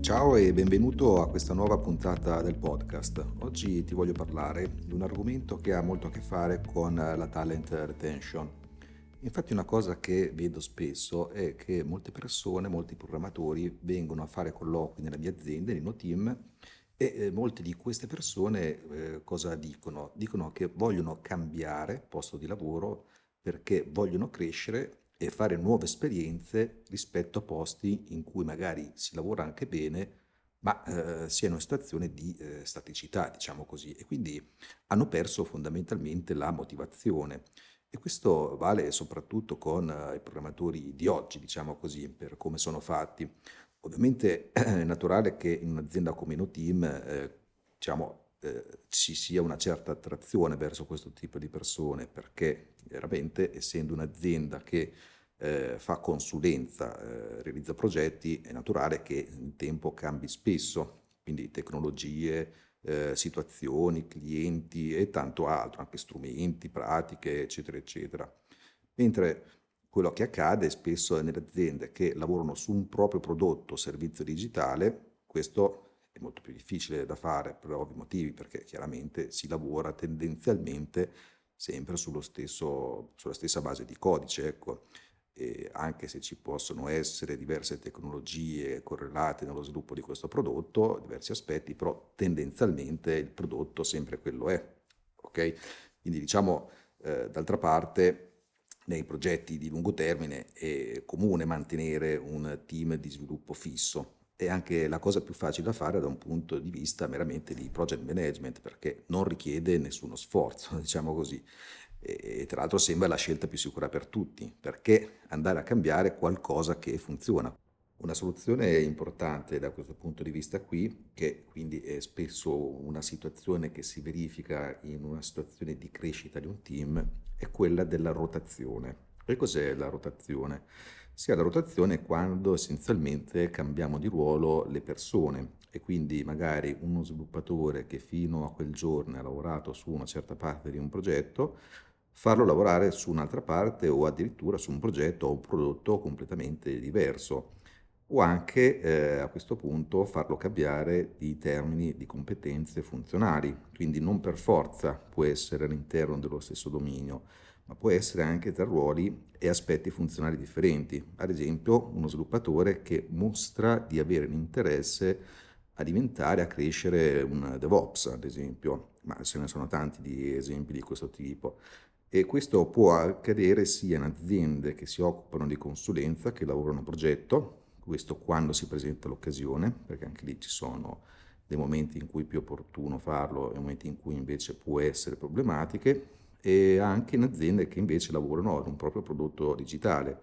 Ciao e benvenuto a questa nuova puntata del podcast. Oggi ti voglio parlare di un argomento che ha molto a che fare con la talent retention. Infatti una cosa che vedo spesso è che molte persone, molti programmatori vengono a fare colloqui nella mia azienda, nei no team, e molte di queste persone cosa dicono? Dicono che vogliono cambiare posto di lavoro perché vogliono crescere e fare nuove esperienze rispetto a posti in cui magari si lavora anche bene, ma si è in una situazione di staticità, diciamo così, e quindi hanno perso fondamentalmente la motivazione. E questo vale soprattutto con i programmatori di oggi, diciamo così, per come sono fatti. Ovviamente è naturale che in un'azienda come InnoTeam, ci sia una certa attrazione verso questo tipo di persone, perché chiaramente essendo un'azienda che fa consulenza, realizza progetti, è naturale che il tempo cambi spesso, quindi tecnologie, situazioni, clienti e tanto altro, anche strumenti, pratiche, eccetera, eccetera. Mentre quello che accade spesso nelle aziende che lavorano su un proprio prodotto o servizio digitale, questo è molto più difficile da fare per ovvi motivi, perché chiaramente si lavora tendenzialmente sempre sulla stessa base di codice, ecco. E anche se ci possono essere diverse tecnologie correlate nello sviluppo di questo prodotto, diversi aspetti, però tendenzialmente il prodotto sempre quello è, ok? Quindi diciamo, d'altra parte, nei progetti di lungo termine è comune mantenere un team di sviluppo fisso. È anche la cosa più facile da fare da un punto di vista meramente di project management, perché non richiede nessuno sforzo, diciamo così. E tra l'altro sembra la scelta più sicura per tutti, perché andare a cambiare qualcosa che funziona. Una soluzione importante da questo punto di vista qui, che quindi è spesso una situazione che si verifica in una situazione di crescita di un team, è quella della rotazione. E cos'è la rotazione? Sia la rotazione è quando essenzialmente cambiamo di ruolo le persone e quindi magari uno sviluppatore che fino a quel giorno ha lavorato su una certa parte di un progetto, farlo lavorare su un'altra parte o addirittura su un progetto o un prodotto completamente diverso o anche a questo punto farlo cambiare di termini di competenze funzionali, quindi non per forza può essere all'interno dello stesso dominio, ma può essere anche tra ruoli e aspetti funzionali differenti. Ad esempio, uno sviluppatore che mostra di avere un interesse a diventare, a crescere un DevOps, ad esempio, ma ce ne sono tanti di esempi di questo tipo. E questo può accadere sia in aziende che si occupano di consulenza, che lavorano a progetto, questo quando si presenta l'occasione, perché anche lì ci sono dei momenti in cui è più opportuno farlo e momenti in cui invece può essere problematiche, e anche in aziende che invece lavorano ad un proprio prodotto digitale.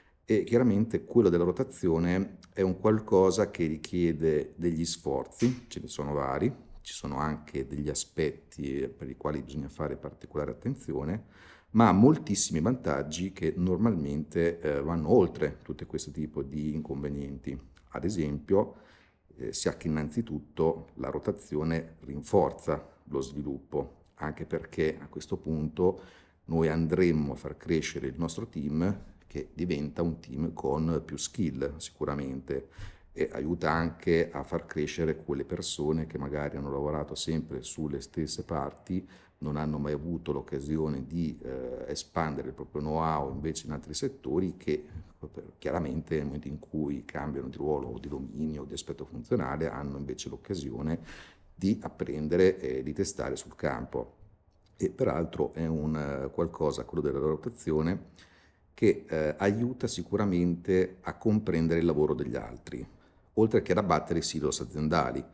E chiaramente quello della rotazione è un qualcosa che richiede degli sforzi, ce ne sono vari, ci sono anche degli aspetti per i quali bisogna fare particolare attenzione, ma ha moltissimi vantaggi che normalmente vanno oltre tutto questo tipo di inconvenienti. Ad esempio, sia che innanzitutto la rotazione rinforza lo sviluppo, anche perché a questo punto noi andremmo a far crescere il nostro team che diventa un team con più skill sicuramente e aiuta anche a far crescere quelle persone che magari hanno lavorato sempre sulle stesse parti, non hanno mai avuto l'occasione di espandere il proprio know-how invece in altri settori che chiaramente nel momento in cui cambiano di ruolo o di dominio o di aspetto funzionale hanno invece l'occasione di apprendere e di testare sul campo. E peraltro è un qualcosa, quello della rotazione, che aiuta sicuramente a comprendere il lavoro degli altri, oltre che ad abbattere i silos aziendali,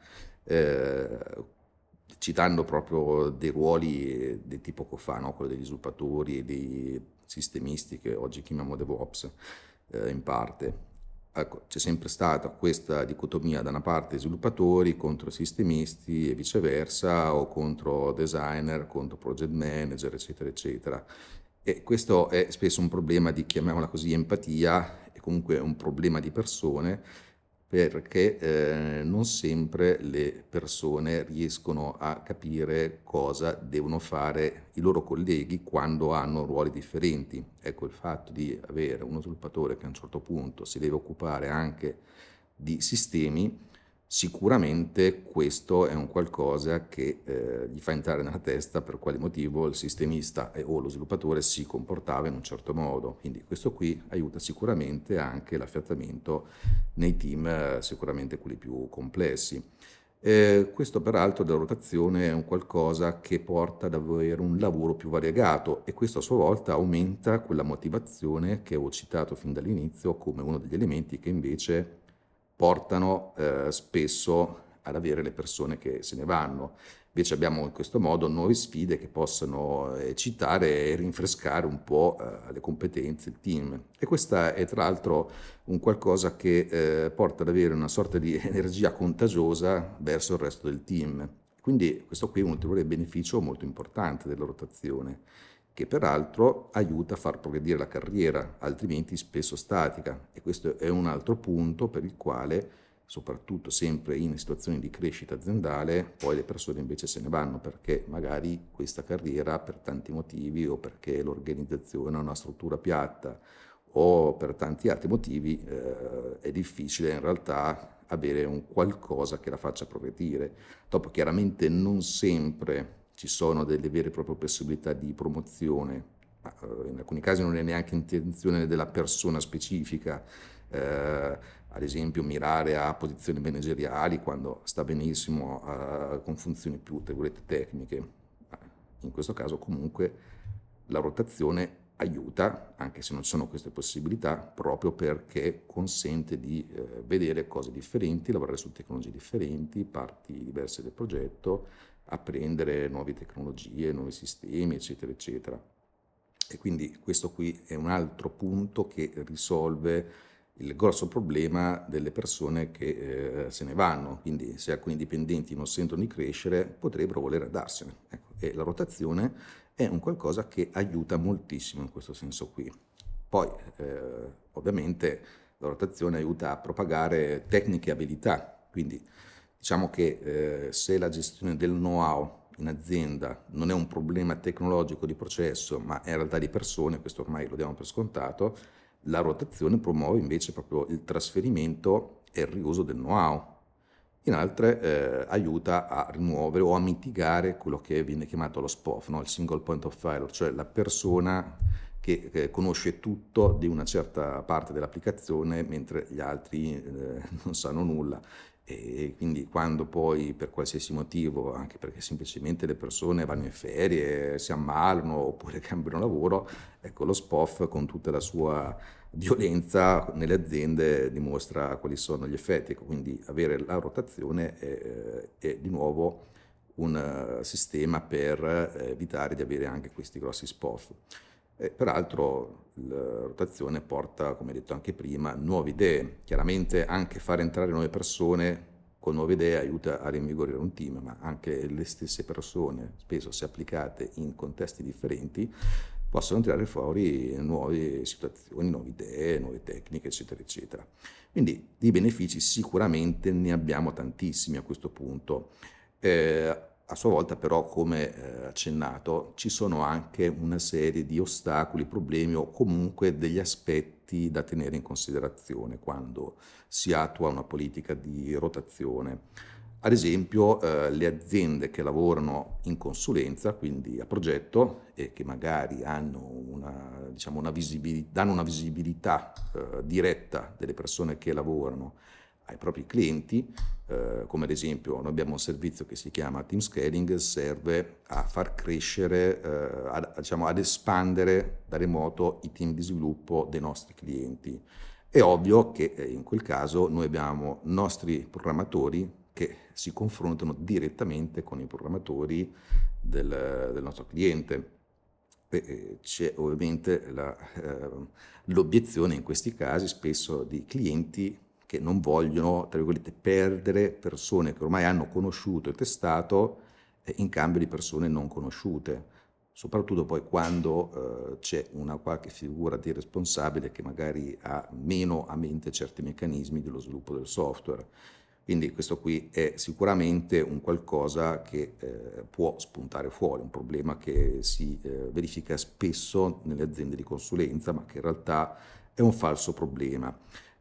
eh, citando proprio dei ruoli del tipo che fa, no? Quello degli sviluppatori e dei sistemisti che oggi chiamiamo DevOps in parte. Ecco, c'è sempre stata questa dicotomia da una parte sviluppatori contro sistemisti e viceversa, o contro designer, contro project manager, eccetera, eccetera. E questo è spesso un problema di, chiamiamola così, empatia e comunque un problema di persone perché non sempre le persone riescono a capire cosa devono fare i loro colleghi quando hanno ruoli differenti. Ecco, il fatto di avere uno sviluppatore che a un certo punto si deve occupare anche di sistemi Sicuramente questo è un qualcosa che, gli fa entrare nella testa per quale motivo il sistemista o lo sviluppatore si comportava in un certo modo. Quindi questo qui aiuta sicuramente anche l'affiatamento nei team, sicuramente quelli più complessi. Questo peraltro della rotazione è un qualcosa che porta ad avere un lavoro più variegato e questo a sua volta aumenta quella motivazione che ho citato fin dall'inizio come uno degli elementi che invece portano, spesso ad avere le persone che se ne vanno. Invece abbiamo in questo modo nuove sfide che possono eccitare e rinfrescare un po', le competenze, il team. E questa è tra l'altro un qualcosa che, porta ad avere una sorta di energia contagiosa verso il resto del team. Quindi questo qui è un ulteriore beneficio molto importante della rotazione, che peraltro aiuta a far progredire la carriera, altrimenti spesso statica. E questo è un altro punto per il quale, soprattutto sempre in situazioni di crescita aziendale, poi le persone invece se ne vanno perché magari questa carriera per tanti motivi o perché l'organizzazione ha una struttura piatta o per tanti altri motivi è difficile in realtà avere un qualcosa che la faccia progredire. Dopo chiaramente non sempre ci sono delle vere e proprie possibilità di promozione, ma in alcuni casi non è neanche intenzione della persona specifica, ad esempio mirare a posizioni manageriali quando sta benissimo con funzioni più, tra virgolette, tecniche. Ma in questo caso comunque la rotazione aiuta, anche se non ci sono queste possibilità, proprio perché consente di vedere cose differenti, lavorare su tecnologie differenti, parti diverse del progetto, apprendere nuove tecnologie, nuovi sistemi, eccetera, eccetera. E quindi questo qui è un altro punto che risolve il grosso problema delle persone che se ne vanno. Quindi se alcuni dipendenti non sentono di crescere, potrebbero voler andarsene. Ecco, e la rotazione è un qualcosa che aiuta moltissimo in questo senso qui. Poi, ovviamente, la rotazione aiuta a propagare tecniche e abilità, quindi diciamo che se la gestione del know-how in azienda non è un problema tecnologico di processo, ma è in realtà di persone, questo ormai lo diamo per scontato, la rotazione promuove invece proprio il trasferimento e il riuso del know-how. In altre aiuta a rimuovere o a mitigare quello che viene chiamato lo SPOF, no? Il single point of failure, cioè la persona che conosce tutto di una certa parte dell'applicazione mentre gli altri non sanno nulla. E quindi quando poi per qualsiasi motivo, anche perché semplicemente le persone vanno in ferie, si ammalano oppure cambiano lavoro, ecco lo SPOF con tutta la sua violenza nelle aziende dimostra quali sono gli effetti. Ecco, quindi avere la rotazione è di nuovo un sistema per evitare di avere anche questi grossi SPOF. E peraltro la rotazione porta, come detto anche prima, nuove idee. Chiaramente anche fare entrare nuove persone con nuove idee aiuta a rinvigorire un team, ma anche le stesse persone, spesso se applicate in contesti differenti, possono tirare fuori nuove situazioni, nuove idee, nuove tecniche, eccetera, eccetera. Quindi di benefici sicuramente ne abbiamo tantissimi a questo punto. A sua volta però, come accennato, ci sono anche una serie di ostacoli, problemi o comunque degli aspetti da tenere in considerazione quando si attua una politica di rotazione. Ad esempio, le aziende che lavorano in consulenza, quindi a progetto, e che magari hanno diciamo danno una visibilità diretta delle persone che lavorano ai propri clienti, come ad esempio noi abbiamo un servizio che si chiama Team Scaling, serve a far crescere, diciamo, ad espandere da remoto i team di sviluppo dei nostri clienti. È ovvio che in quel caso noi abbiamo nostri programmatori che si confrontano direttamente con i programmatori del nostro cliente. C'è ovviamente l'obiezione in questi casi spesso di clienti che non vogliono, tra virgolette, perdere persone che ormai hanno conosciuto e testato in cambio di persone non conosciute, soprattutto poi quando c'è una qualche figura di responsabile che magari ha meno a mente certi meccanismi dello sviluppo del software. Quindi questo qui è sicuramente un qualcosa che può spuntare fuori, un problema che si verifica spesso nelle aziende di consulenza, ma che in realtà è un falso problema.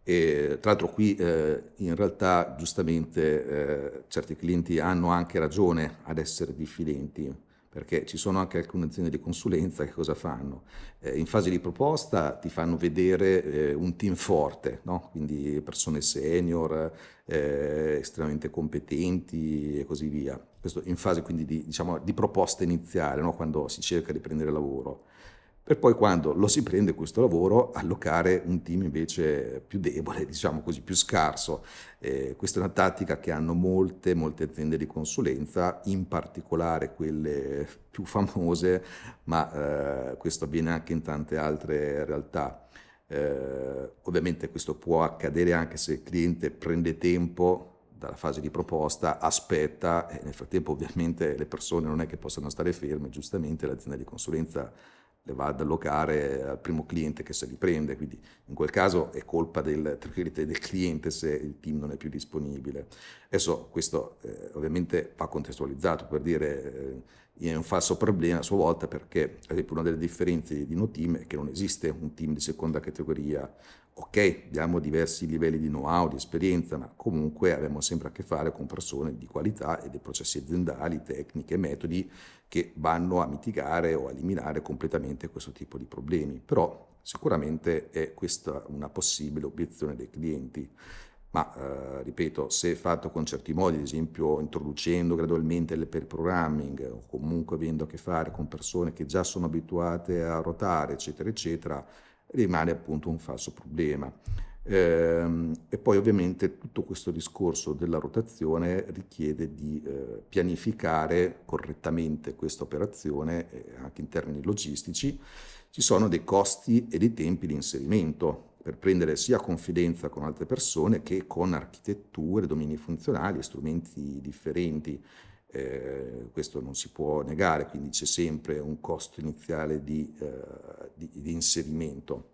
E tra l'altro qui in realtà giustamente certi clienti hanno anche ragione ad essere diffidenti, perché ci sono anche alcune aziende di consulenza che cosa fanno? In fase di proposta ti fanno vedere un team forte, no? Quindi persone senior, estremamente competenti e così via. Questo in fase quindi di, diciamo, di proposta iniziale, no? Quando si cerca di prendere lavoro. Per poi quando lo si prende questo lavoro, allocare un team invece più debole, diciamo così, più scarso. Questa è una tattica che hanno molte aziende di consulenza, in particolare quelle più famose, ma questo avviene anche in tante altre realtà. Ovviamente questo può accadere anche se il cliente prende tempo dalla fase di proposta, aspetta e nel frattempo ovviamente le persone non è che possano stare ferme, giustamente l'azienda di consulenza le va ad allocare al primo cliente che se li prende, quindi in quel caso è colpa tra virgolette, del cliente se il team non è più disponibile. Adesso questo ovviamente va contestualizzato per dire è un falso problema a sua volta perché ad esempio una delle differenze di no team è che non esiste un team di seconda categoria. Ok, abbiamo diversi livelli di know-how, di esperienza, ma comunque abbiamo sempre a che fare con persone di qualità e dei processi aziendali, tecniche, metodi che vanno a mitigare o a eliminare completamente questo tipo di problemi. Però sicuramente è questa una possibile obiezione dei clienti. Ma ripeto, se fatto con certi modi, ad esempio introducendo gradualmente il pair programming o comunque avendo a che fare con persone che già sono abituate a ruotare, eccetera, eccetera, rimane appunto un falso problema. E poi ovviamente tutto questo discorso della rotazione richiede di pianificare correttamente questa operazione, anche in termini logistici. Ci sono dei costi e dei tempi di inserimento per prendere sia confidenza con altre persone che con architetture, domini funzionali e strumenti differenti. Questo non si può negare, quindi c'è sempre un costo iniziale di inserimento.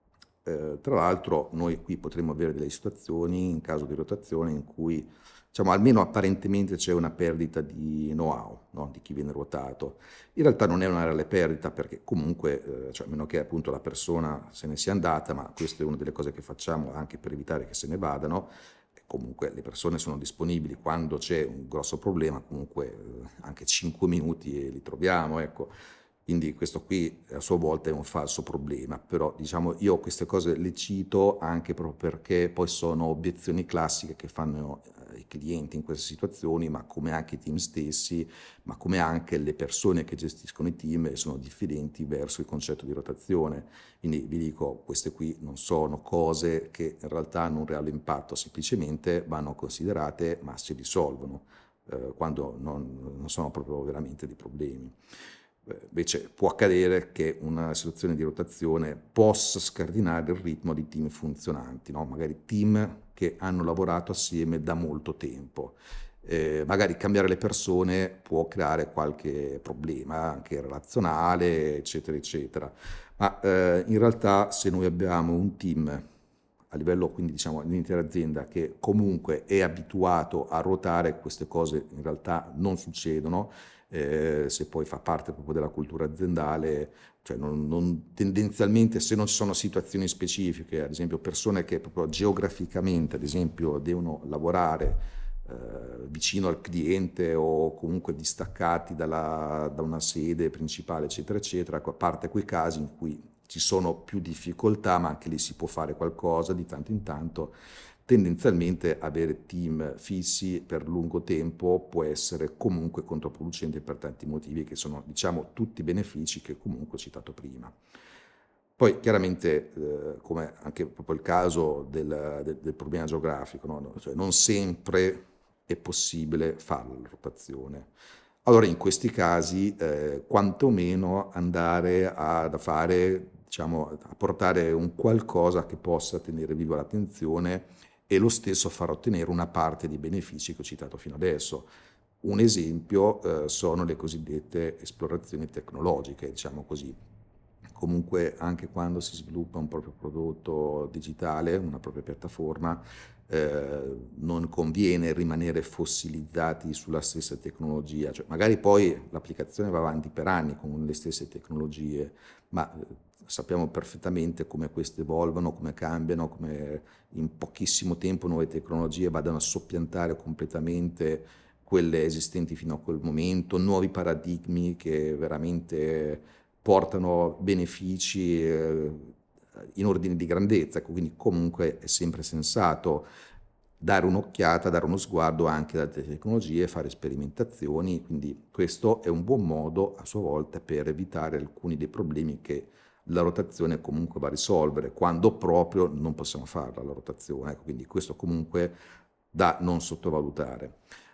Tra l'altro noi qui potremmo avere delle situazioni in caso di rotazione in cui diciamo almeno apparentemente c'è una perdita di know-how, no? Di chi viene ruotato. In realtà non è una reale perdita perché comunque, cioè, a meno che appunto la persona se ne sia andata, ma questa è una delle cose che facciamo anche per evitare che se ne vadano, e comunque le persone sono disponibili quando c'è un grosso problema, comunque anche 5 minuti e li troviamo, ecco. Quindi questo qui a sua volta è un falso problema, però diciamo io queste cose le cito anche proprio perché poi sono obiezioni classiche che fanno i clienti in queste situazioni, ma come anche i team stessi, ma come anche le persone che gestiscono i team e sono diffidenti verso il concetto di rotazione. Quindi vi dico, queste qui non sono cose che in realtà hanno un reale impatto, semplicemente vanno considerate ma si risolvono quando non sono proprio veramente dei problemi. Invece può accadere che una situazione di rotazione possa scardinare il ritmo di team funzionanti, no? Magari team che hanno lavorato assieme da molto tempo. Magari cambiare le persone può creare qualche problema anche relazionale, eccetera, eccetera. Ma in realtà se noi abbiamo un team a livello quindi diciamo dell'intera azienda che comunque è abituato a ruotare, queste cose in realtà non succedono, se poi fa parte proprio della cultura aziendale, cioè tendenzialmente se non ci sono situazioni specifiche, ad esempio persone che proprio geograficamente, ad esempio, devono lavorare vicino al cliente o comunque distaccati da una sede principale, eccetera, eccetera, a parte quei casi in cui ci sono più difficoltà, ma anche lì si può fare qualcosa di tanto in tanto. Tendenzialmente avere team fissi per lungo tempo può essere comunque controproducente per tanti motivi che sono, diciamo, tutti benefici che comunque ho citato prima. Poi chiaramente, come anche proprio il caso del problema geografico, no? Cioè, non sempre è possibile fare la rotazione. Allora in questi casi quantomeno andare a fare, diciamo, a portare un qualcosa che possa tenere viva l'attenzione e lo stesso far ottenere una parte dei benefici che ho citato fino adesso. Un esempio sono le cosiddette esplorazioni tecnologiche, diciamo così. comunque anche quando si sviluppa un proprio prodotto digitale, una propria piattaforma, non conviene rimanere fossilizzati sulla stessa tecnologia, cioè magari poi l'applicazione va avanti per anni con le stesse tecnologie, ma sappiamo perfettamente come queste evolvono, come cambiano, come in pochissimo tempo nuove tecnologie vadano a soppiantare completamente quelle esistenti fino a quel momento, nuovi paradigmi che veramente portano benefici in ordine di grandezza, ecco, quindi comunque è sempre sensato dare un'occhiata, dare uno sguardo anche alle tecnologie, fare sperimentazioni, quindi questo è un buon modo a sua volta per evitare alcuni dei problemi che la rotazione comunque va a risolvere, quando proprio non possiamo farla la rotazione, ecco, quindi questo comunque da non sottovalutare.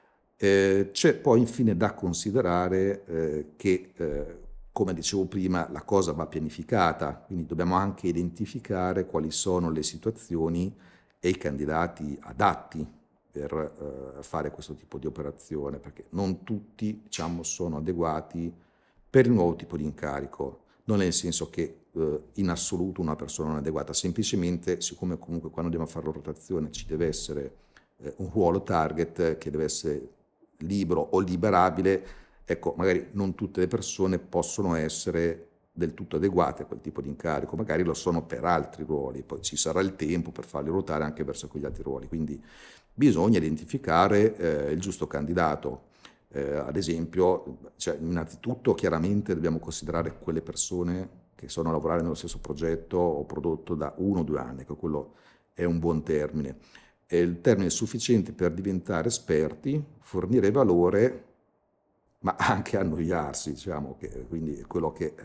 C'è poi infine da considerare che, come dicevo prima, la cosa va pianificata, quindi dobbiamo anche identificare quali sono le situazioni e i candidati adatti per fare questo tipo di operazione, perché non tutti, diciamo, sono adeguati per il nuovo tipo di incarico, non nel senso che in assoluto una persona non è adeguata, semplicemente siccome comunque quando andiamo a fare la rotazione ci deve essere un ruolo target che deve essere libero o liberabile, ecco, magari non tutte le persone possono essere del tutto adeguate a quel tipo di incarico, magari lo sono per altri ruoli, poi ci sarà il tempo per farli ruotare anche verso quegli altri ruoli, quindi bisogna identificare il giusto candidato. Ad esempio, cioè, innanzitutto chiaramente dobbiamo considerare quelle persone che sono a lavorare nello stesso progetto o prodotto da 1 o 2 anni, che quello è un buon termine. È il termine sufficiente per diventare esperti, fornire valore, ma anche annoiarsi, diciamo, che quindi è quello che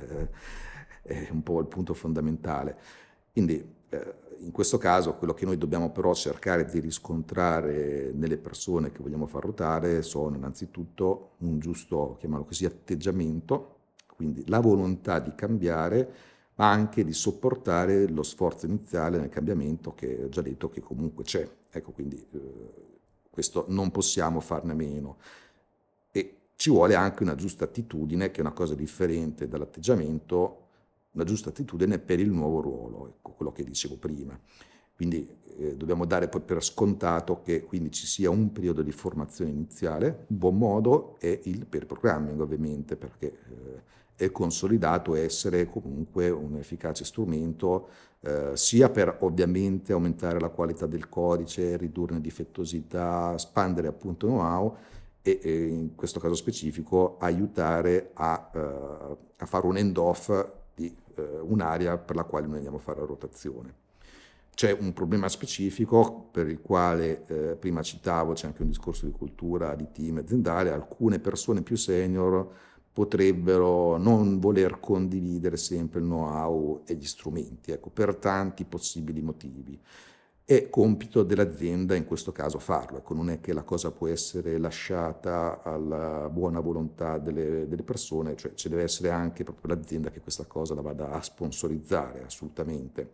è un po' il punto fondamentale. Quindi in questo caso quello che noi dobbiamo però cercare di riscontrare nelle persone che vogliamo far ruotare sono innanzitutto un giusto, chiamiamolo così, atteggiamento, quindi la volontà di cambiare, ma anche di sopportare lo sforzo iniziale nel cambiamento che ho già detto che comunque c'è. Ecco, quindi questo non possiamo farne a meno. E ci vuole anche una giusta attitudine, che è una cosa differente dall'atteggiamento, una giusta attitudine per il nuovo ruolo, ecco quello che dicevo prima. Quindi dobbiamo dare poi per scontato che quindi ci sia un periodo di formazione iniziale, un buon modo è il pair programming ovviamente, perché è consolidato essere comunque un efficace strumento sia per ovviamente aumentare la qualità del codice, ridurne difettosità, espandere appunto know-how e in questo caso specifico aiutare a fare un end-off di un'area per la quale noi andiamo a fare la rotazione. C'è un problema specifico per il quale prima citavo, c'è anche un discorso di cultura di team aziendale, alcune persone più senior potrebbero non voler condividere sempre il know-how e gli strumenti, ecco, per tanti possibili motivi. È compito dell'azienda in questo caso farlo, ecco, non è che la cosa può essere lasciata alla buona volontà delle persone, cioè ci deve essere anche proprio l'azienda che questa cosa la vada a sponsorizzare assolutamente.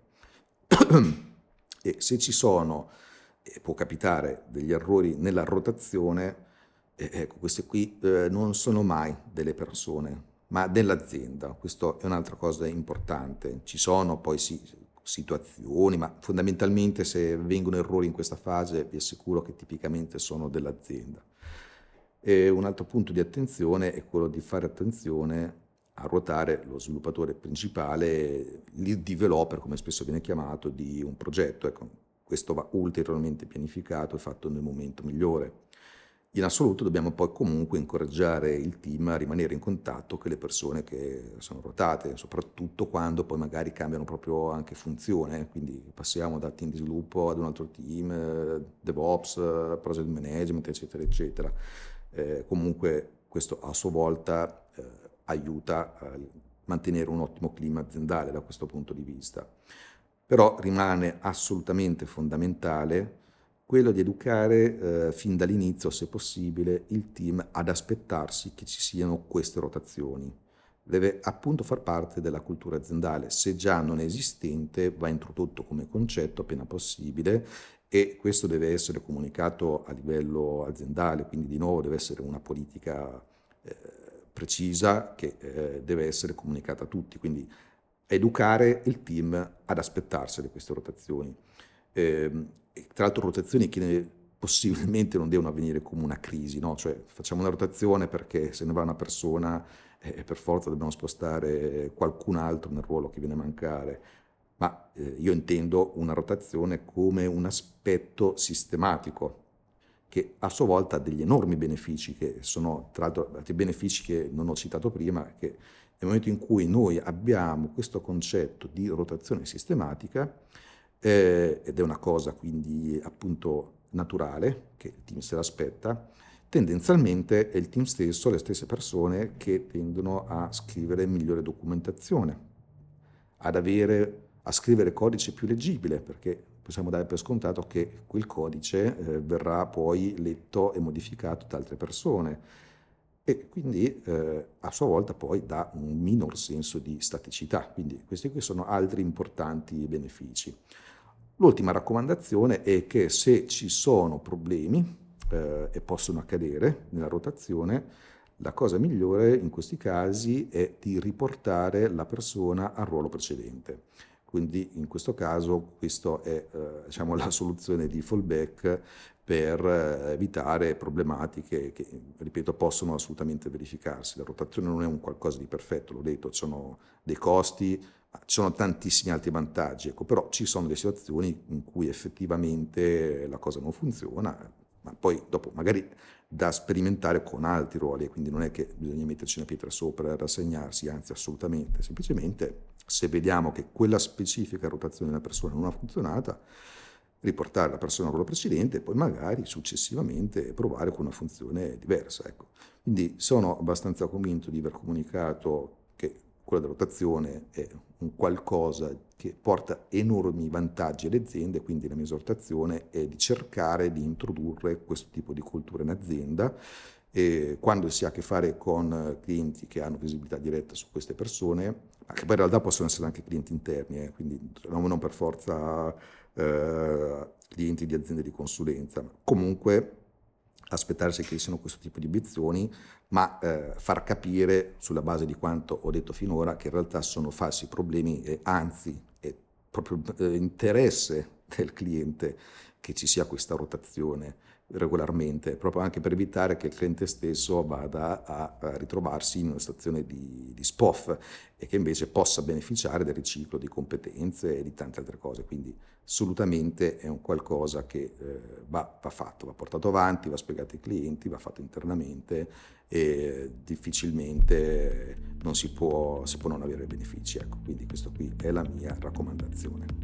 E se ci sono, e può capitare, degli errori nella rotazione, ecco, queste qui non sono mai delle persone, ma dell'azienda. Questo è un'altra cosa importante. Ci sono poi sì, situazioni, ma fondamentalmente se vengono errori in questa fase vi assicuro che tipicamente sono dell'azienda. E un altro punto di attenzione è quello di fare attenzione a ruotare lo sviluppatore principale, lead developer, come spesso viene chiamato, di un progetto. Ecco, questo va ulteriormente pianificato e fatto nel momento migliore. In assoluto dobbiamo poi comunque incoraggiare il team a rimanere in contatto con le persone che sono ruotate, soprattutto quando poi magari cambiano proprio anche funzione, quindi passiamo da team di sviluppo ad un altro team, DevOps, Project Management, eccetera, eccetera. Comunque questo a sua volta aiuta a mantenere un ottimo clima aziendale da questo punto di vista. Però rimane assolutamente fondamentale quello di educare fin dall'inizio, se possibile, il team ad aspettarsi che ci siano queste rotazioni. Deve appunto far parte della cultura aziendale. Se già non è esistente, va introdotto come concetto appena possibile e questo deve essere comunicato a livello aziendale, quindi di nuovo deve essere una politica precisa che deve essere comunicata a tutti. Quindi educare il team ad aspettarsele queste rotazioni. E tra l'altro rotazioni che possibilmente non devono avvenire come una crisi, no? Cioè facciamo una rotazione perché se ne va una persona per forza dobbiamo spostare qualcun altro nel ruolo che viene a mancare, ma io intendo una rotazione come un aspetto sistematico che a sua volta ha degli enormi benefici, che sono tra l'altro altri benefici che non ho citato prima, che nel momento in cui noi abbiamo questo concetto di rotazione sistematica, ed è una cosa quindi appunto naturale, che il team se l'aspetta, tendenzialmente è il team stesso, le stesse persone che tendono a scrivere migliore documentazione, a scrivere codice più leggibile, perché possiamo dare per scontato che quel codice verrà poi letto e modificato da altre persone e quindi a sua volta poi dà un minor senso di staticità. Quindi questi qui sono altri importanti benefici. L'ultima raccomandazione è che se ci sono problemi e possono accadere nella rotazione, la cosa migliore in questi casi è di riportare la persona al ruolo precedente. Quindi in questo caso questa è diciamo, la soluzione di fallback per evitare problematiche che, ripeto, possono assolutamente verificarsi. La rotazione non è un qualcosa di perfetto, l'ho detto, ci sono dei costi, ci sono tantissimi altri vantaggi, ecco, però ci sono delle situazioni in cui effettivamente la cosa non funziona, ma poi dopo magari da sperimentare con altri ruoli, e quindi non è che bisogna metterci una pietra sopra e rassegnarsi, anzi assolutamente, semplicemente se vediamo che quella specifica rotazione della persona non ha funzionato, riportare la persona al ruolo precedente e poi magari successivamente provare con una funzione diversa. Ecco. Quindi sono abbastanza convinto di aver comunicato che quella della rotazione è un qualcosa che porta enormi vantaggi alle aziende, quindi la mia esortazione è di cercare di introdurre questo tipo di cultura in azienda e quando si ha a che fare con clienti che hanno visibilità diretta su queste persone, ma che poi in realtà possono essere anche clienti interni, quindi non per forza clienti di aziende di consulenza, ma comunque aspettarsi che ci siano questo tipo di obiezioni, ma far capire sulla base di quanto ho detto finora che in realtà sono falsi problemi e anzi è proprio interesse del cliente che ci sia questa rotazione regolarmente, proprio anche per evitare che il cliente stesso vada a ritrovarsi in una situazione di SPOF e che invece possa beneficiare del riciclo di competenze e di tante altre cose. Quindi assolutamente è un qualcosa che va fatto, va portato avanti, va spiegato ai clienti, va fatto internamente e difficilmente non si può non avere benefici. Ecco, quindi questo qui è la mia raccomandazione.